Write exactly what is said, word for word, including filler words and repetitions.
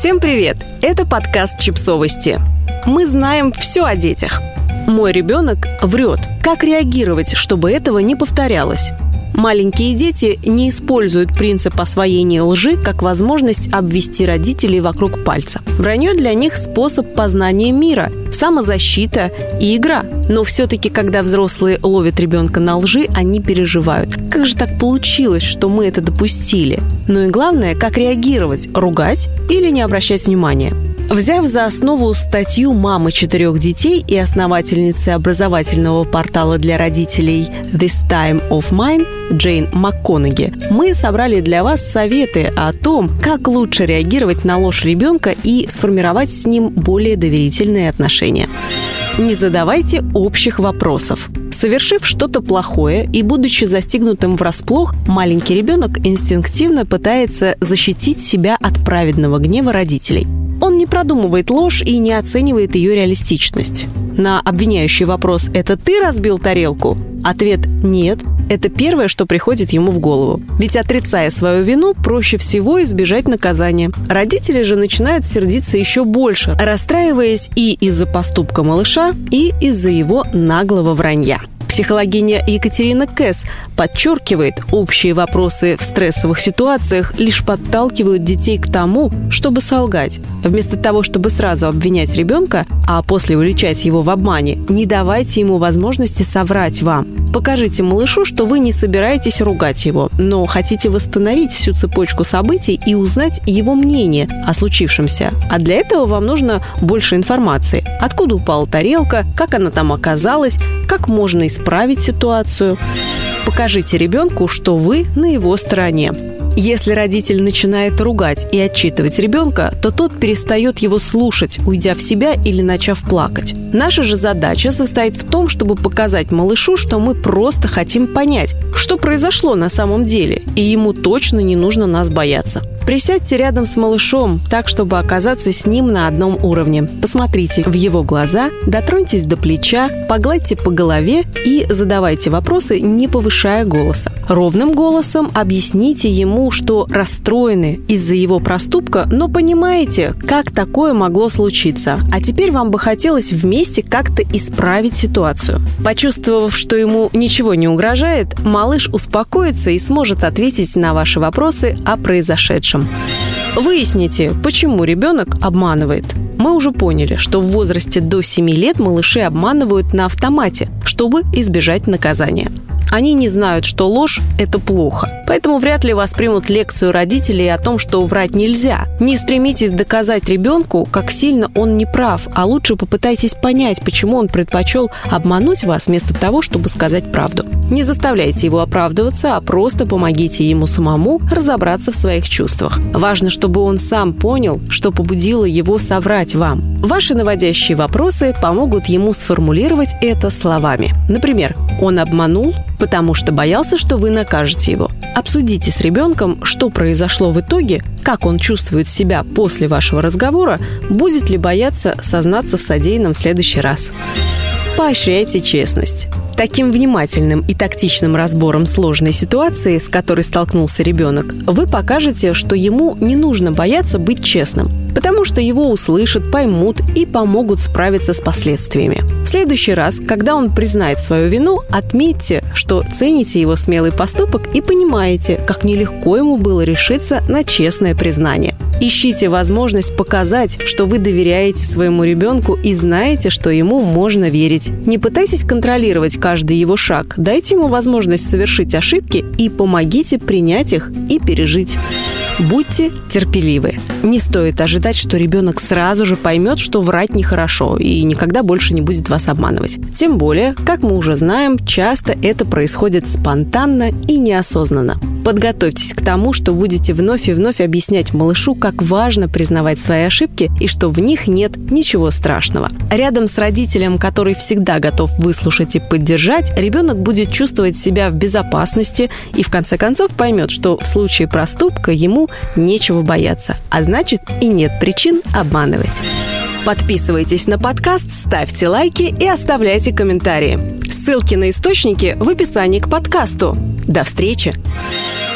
Всем привет! Это подкаст «Чипсовости». Мы знаем все о детях. Мой ребенок врет. Как реагировать, чтобы этого не повторялось? Маленькие дети не используют принцип освоения лжи как возможность обвести родителей вокруг пальца. Вранье для них – способ познания мира, самозащита и игра. Но все-таки, когда взрослые ловят ребенка на лжи, они переживают. Как же так получилось, что мы это допустили? Ну и главное, как реагировать – ругать или не обращать внимания? Взяв за основу статью мамы четырех детей и основательницы образовательного портала для родителей «This Time of Mine» Джейн МакКонахи, мы собрали для вас советы о том, как лучше реагировать на ложь ребенка и сформировать с ним более доверительные отношения. Не задавайте общих вопросов. Совершив что-то плохое и будучи застигнутым врасплох, маленький ребенок инстинктивно пытается защитить себя от праведного гнева родителей. Он не продумывает ложь и не оценивает ее реалистичность. На обвиняющий вопрос «это ты разбил тарелку?» ответ «нет». Это первое, что приходит ему в голову. Ведь, отрицая свою вину, проще всего избежать наказания. Родители же начинают сердиться еще больше, расстраиваясь и из-за поступка малыша, и из-за его наглого вранья. Психологиня Екатерина Кэс подчеркивает, общие вопросы в стрессовых ситуациях лишь подталкивают детей к тому, чтобы солгать. Вместо того, чтобы сразу обвинять ребенка, а после уличать его в обмане, не давайте ему возможности соврать вам. Покажите малышу, что вы не собираетесь ругать его, но хотите восстановить всю цепочку событий и узнать его мнение о случившемся. А для этого вам нужно больше информации. Откуда упала тарелка, как она там оказалась, как можно исправить ситуацию. Покажите ребенку, что вы на его стороне. Если родитель начинает ругать и отчитывать ребенка, то тот перестает его слушать, уйдя в себя или начав плакать. Наша же задача состоит в том, чтобы показать малышу, что мы просто хотим понять, что произошло на самом деле, и ему точно не нужно нас бояться. Присядьте рядом с малышом, так, чтобы оказаться с ним на одном уровне. Посмотрите в его глаза, дотроньтесь до плеча, погладьте по голове и задавайте вопросы, не повышая голоса. Ровным голосом объясните ему, что расстроены из-за его проступка, но понимаете, как такое могло случиться. А теперь вам бы хотелось вместе как-то исправить ситуацию. Почувствовав, что ему ничего не угрожает, малыш успокоится и сможет ответить на ваши вопросы о произошедшем. Выясните, почему ребенок обманывает. Мы уже поняли, что в возрасте до семи лет малыши обманывают на автомате, чтобы избежать наказания. Они не знают, что ложь – это плохо. Поэтому вряд ли воспримут лекцию родителей о том, что врать нельзя. Не стремитесь доказать ребенку, как сильно он не прав, а лучше попытайтесь понять, почему он предпочел обмануть вас вместо того, чтобы сказать правду. Не заставляйте его оправдываться, а просто помогите ему самому разобраться в своих чувствах. Важно, чтобы он сам понял, что побудило его соврать вам. Ваши наводящие вопросы помогут ему сформулировать это словами. Например, «Он обманул, потому что боялся, что вы накажете его». Обсудите с ребенком, что произошло в итоге, как он чувствует себя после вашего разговора, будет ли бояться сознаться в содеянном в следующий раз. Поощряйте честность. Таким внимательным и тактичным разбором сложной ситуации, с которой столкнулся ребенок, вы покажете, что ему не нужно бояться быть честным, потому что его услышат, поймут и помогут справиться с последствиями. В следующий раз, когда он признает свою вину, отметьте, что цените его смелый поступок и понимаете, как нелегко ему было решиться на честное признание. Ищите возможность показать, что вы доверяете своему ребенку и знаете, что ему можно верить. Не пытайтесь контролировать каждый его шаг. Дайте ему возможность совершить ошибки и помогите принять их и пережить. Будьте терпеливы. Не стоит ожидать, что ребенок сразу же поймет, что врать нехорошо и никогда больше не будет вас обманывать. Тем более, как мы уже знаем, часто это происходит спонтанно и неосознанно. Подготовьтесь к тому, что будете вновь и вновь объяснять малышу, как важно признавать свои ошибки и что в них нет ничего страшного. Рядом с родителем, который всегда готов выслушать и поддержать, ребенок будет чувствовать себя в безопасности и в конце концов поймет, что в случае проступка ему нечего бояться, а значит и нет причин обманывать. Подписывайтесь на подкаст, ставьте лайки и оставляйте комментарии. Ссылки на источники в описании к подкасту. До встречи!